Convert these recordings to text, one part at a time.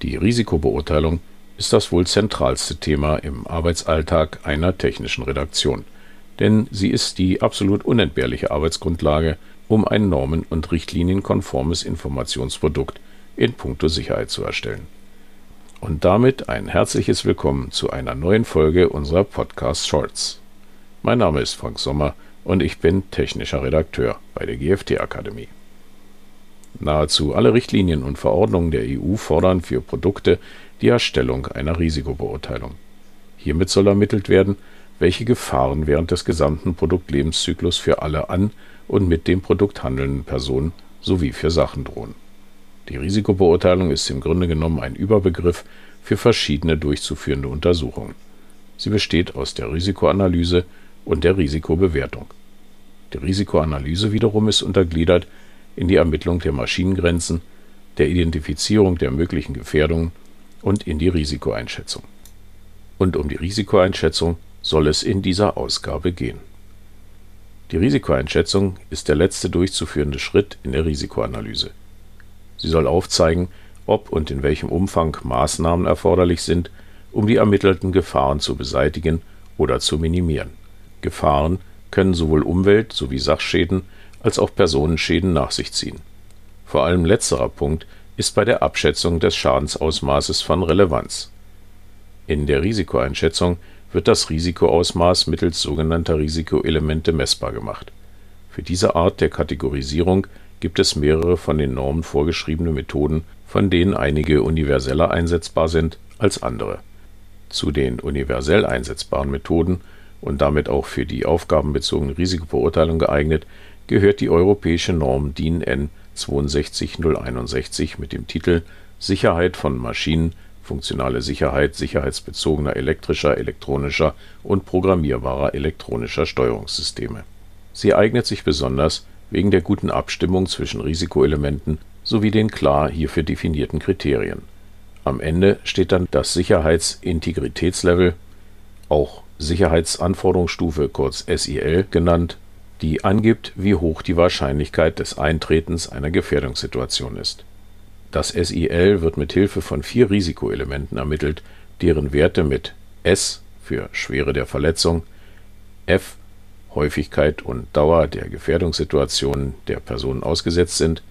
Die Risikobeurteilung ist das wohl zentralste Thema im Arbeitsalltag einer technischen Redaktion, denn sie ist die absolut unentbehrliche Arbeitsgrundlage, um ein normen- und richtlinienkonformes Informationsprodukt in puncto Sicherheit zu erstellen. Und damit ein herzliches Willkommen zu einer neuen Folge unserer Podcast Shorts. Mein Name ist Frank Sommer und ich bin technischer Redakteur bei der GFT Akademie. Nahezu alle Richtlinien und Verordnungen der EU fordern für Produkte die Erstellung einer Risikobeurteilung. Hiermit soll ermittelt werden, welche Gefahren während des gesamten Produktlebenszyklus für alle an und mit dem Produkt handelnden Personen sowie für Sachen drohen. Die Risikobeurteilung ist im Grunde genommen ein Überbegriff für verschiedene durchzuführende Untersuchungen. Sie besteht aus der Risikoanalyse und der Risikobewertung. Die Risikoanalyse wiederum ist untergliedert in die Ermittlung der Maschinengrenzen, der Identifizierung der möglichen Gefährdungen und in die Risikoeinschätzung. Und um die Risikoeinschätzung soll es in dieser Ausgabe gehen. Die Risikoeinschätzung ist der letzte durchzuführende Schritt in der Risikoanalyse. Sie soll aufzeigen, ob und in welchem Umfang Maßnahmen erforderlich sind, um die ermittelten Gefahren zu beseitigen oder zu minimieren. Gefahren können sowohl Umwelt- sowie Sachschäden als auch Personenschäden nach sich ziehen. Vor allem letzterer Punkt ist bei der Abschätzung des Schadensausmaßes von Relevanz. In der Risikoeinschätzung wird das Risikoausmaß mittels sogenannter Risikoelemente messbar gemacht. Für diese Art der Kategorisierung gibt es mehrere von den Normen vorgeschriebene Methoden, von denen einige universeller einsetzbar sind als andere. Zu den universell einsetzbaren Methoden und damit auch für die aufgabenbezogene Risikobeurteilung geeignet, gehört die europäische Norm DIN EN 62061 mit dem Titel Sicherheit von Maschinen, funktionale Sicherheit sicherheitsbezogener elektrischer, elektronischer und programmierbarer elektronischer Steuerungssysteme. Sie eignet sich besonders wegen der guten Abstimmung zwischen Risikoelementen sowie den klar hierfür definierten Kriterien. Am Ende steht dann das Sicherheitsintegritätslevel, auch Sicherheitsanforderungsstufe kurz SIL genannt, die angibt, wie hoch die Wahrscheinlichkeit des Eintretens einer Gefährdungssituation ist. Das SIL wird mit Hilfe von 4 Risikoelementen ermittelt, deren Werte mit S für Schwere der Verletzung, F Häufigkeit und Dauer der Gefährdungssituationen der Personen ausgesetzt sind,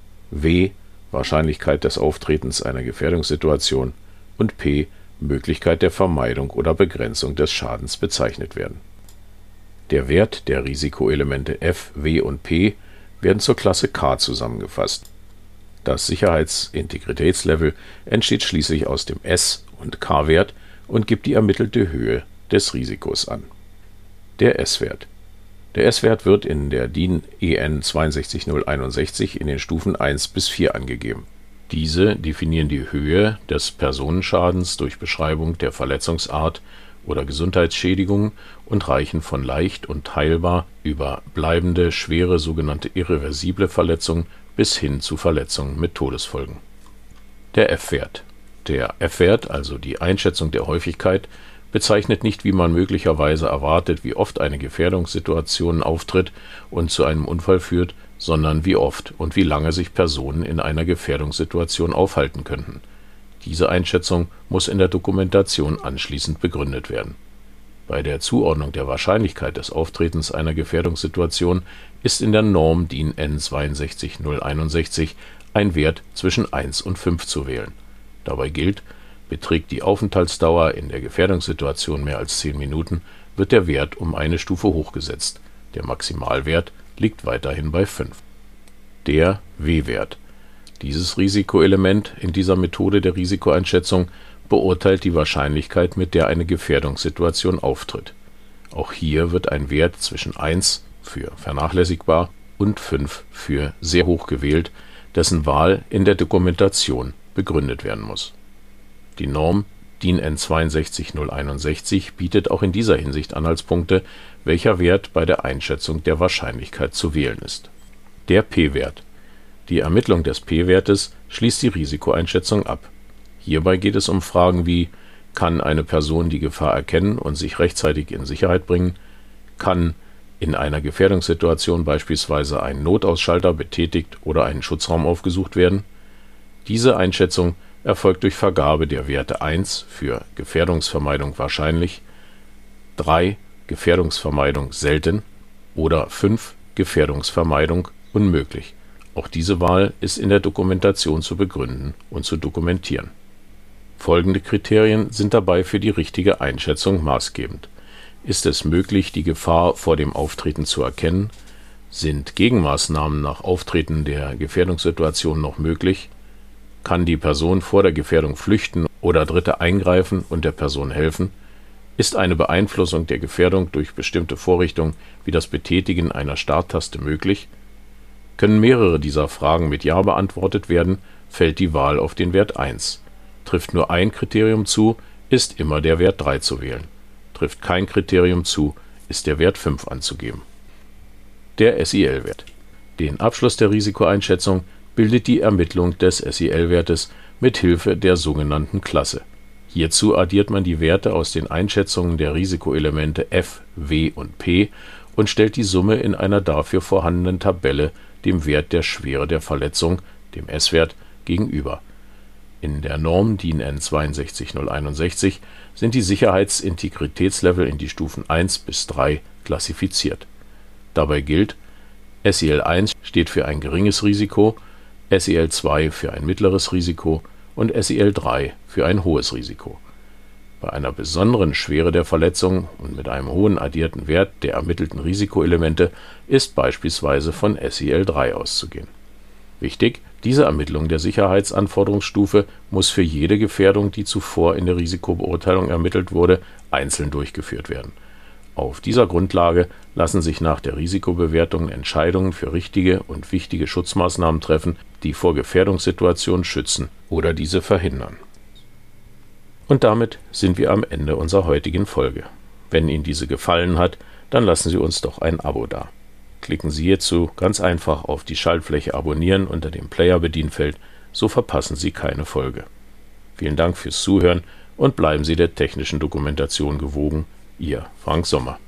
W Wahrscheinlichkeit des Auftretens einer Gefährdungssituation und P Möglichkeit der Vermeidung oder Begrenzung des Schadens bezeichnet werden. Der Wert der Risikoelemente F, W und P werden zur Klasse K zusammengefasst. Das Sicherheitsintegritätslevel entsteht schließlich aus dem S- und K-Wert und gibt die ermittelte Höhe des Risikos an. Der S-Wert. Der S-Wert wird in der DIN EN 62061 in den Stufen 1 bis 4 angegeben. Diese definieren die Höhe des Personenschadens durch Beschreibung der Verletzungsart oder Gesundheitsschädigung und reichen von leicht und heilbar über bleibende, schwere sogenannte irreversible Verletzungen bis hin zu Verletzungen mit Todesfolgen. Der F-Wert. Der F-Wert, also die Einschätzung der Häufigkeit, bezeichnet nicht, wie man möglicherweise erwartet, wie oft eine Gefährdungssituation auftritt und zu einem Unfall führt, sondern wie oft und wie lange sich Personen in einer Gefährdungssituation aufhalten könnten. Diese Einschätzung muss in der Dokumentation anschließend begründet werden. Bei der Zuordnung der Wahrscheinlichkeit des Auftretens einer Gefährdungssituation ist in der Norm DIN EN 62061 ein Wert zwischen 1 und 5 zu wählen. Dabei gilt, beträgt die Aufenthaltsdauer in der Gefährdungssituation mehr als 10 Minuten, wird der Wert um eine Stufe hochgesetzt. Der Maximalwert liegt weiterhin bei 5. Der W-Wert. Dieses Risikoelement in dieser Methode der Risikoeinschätzung beurteilt die Wahrscheinlichkeit, mit der eine Gefährdungssituation auftritt. Auch hier wird ein Wert zwischen 1 für vernachlässigbar und 5 für sehr hoch gewählt, dessen Wahl in der Dokumentation begründet werden muss. Die Norm DIN EN 62061 bietet auch in dieser Hinsicht Anhaltspunkte, welcher Wert bei der Einschätzung der Wahrscheinlichkeit zu wählen ist. Der P-Wert. Die Ermittlung des P-Wertes schließt die Risikoeinschätzung ab. Hierbei geht es um Fragen wie: Kann eine Person die Gefahr erkennen und sich rechtzeitig in Sicherheit bringen? Kann in einer Gefährdungssituation beispielsweise ein Notausschalter betätigt oder ein Schutzraum aufgesucht werden? Diese Einschätzung erfolgt durch Vergabe der Werte 1 für Gefährdungsvermeidung wahrscheinlich, 3 Gefährdungsvermeidung selten oder 5 Gefährdungsvermeidung unmöglich. Auch diese Wahl ist in der Dokumentation zu begründen und zu dokumentieren. Folgende Kriterien sind dabei für die richtige Einschätzung maßgebend: Ist es möglich, die Gefahr vor dem Auftreten zu erkennen? Sind Gegenmaßnahmen nach Auftreten der Gefährdungssituation noch möglich? Kann die Person vor der Gefährdung flüchten oder Dritte eingreifen und der Person helfen? Ist eine Beeinflussung der Gefährdung durch bestimmte Vorrichtungen wie das Betätigen einer Starttaste möglich? Können mehrere dieser Fragen mit Ja beantwortet werden, fällt die Wahl auf den Wert 1. Trifft nur ein Kriterium zu, ist immer der Wert 3 zu wählen. Trifft kein Kriterium zu, ist der Wert 5 anzugeben. Der SIL-Wert. Den Abschluss der Risikoeinschätzung bildet die Ermittlung des SIL-Wertes mit Hilfe der sogenannten Klasse. Hierzu addiert man die Werte aus den Einschätzungen der Risikoelemente F, W und P und stellt die Summe in einer dafür vorhandenen Tabelle dem Wert der Schwere der Verletzung, dem S-Wert, gegenüber. In der Norm DIN EN 62061 sind die Sicherheitsintegritätslevel in die Stufen 1 bis 3 klassifiziert. Dabei gilt: SIL 1 steht für ein geringes Risiko, SIL 2 für ein mittleres Risiko und SIL 3 für ein hohes Risiko. Bei einer besonderen Schwere der Verletzung und mit einem hohen addierten Wert der ermittelten Risikoelemente ist beispielsweise von SIL 3 auszugehen. Wichtig: Diese Ermittlung der Sicherheitsanforderungsstufe muss für jede Gefährdung, die zuvor in der Risikobeurteilung ermittelt wurde, einzeln durchgeführt werden. Auf dieser Grundlage lassen sich nach der Risikobewertung Entscheidungen für richtige und wichtige Schutzmaßnahmen treffen, die vor Gefährdungssituationen schützen oder diese verhindern. Und damit sind wir am Ende unserer heutigen Folge. Wenn Ihnen diese gefallen hat, dann lassen Sie uns doch ein Abo da. Klicken Sie hierzu ganz einfach auf die Schaltfläche Abonnieren unter dem Player-Bedienfeld, so verpassen Sie keine Folge. Vielen Dank fürs Zuhören und bleiben Sie der technischen Dokumentation gewogen. Ihr Frank Sommer.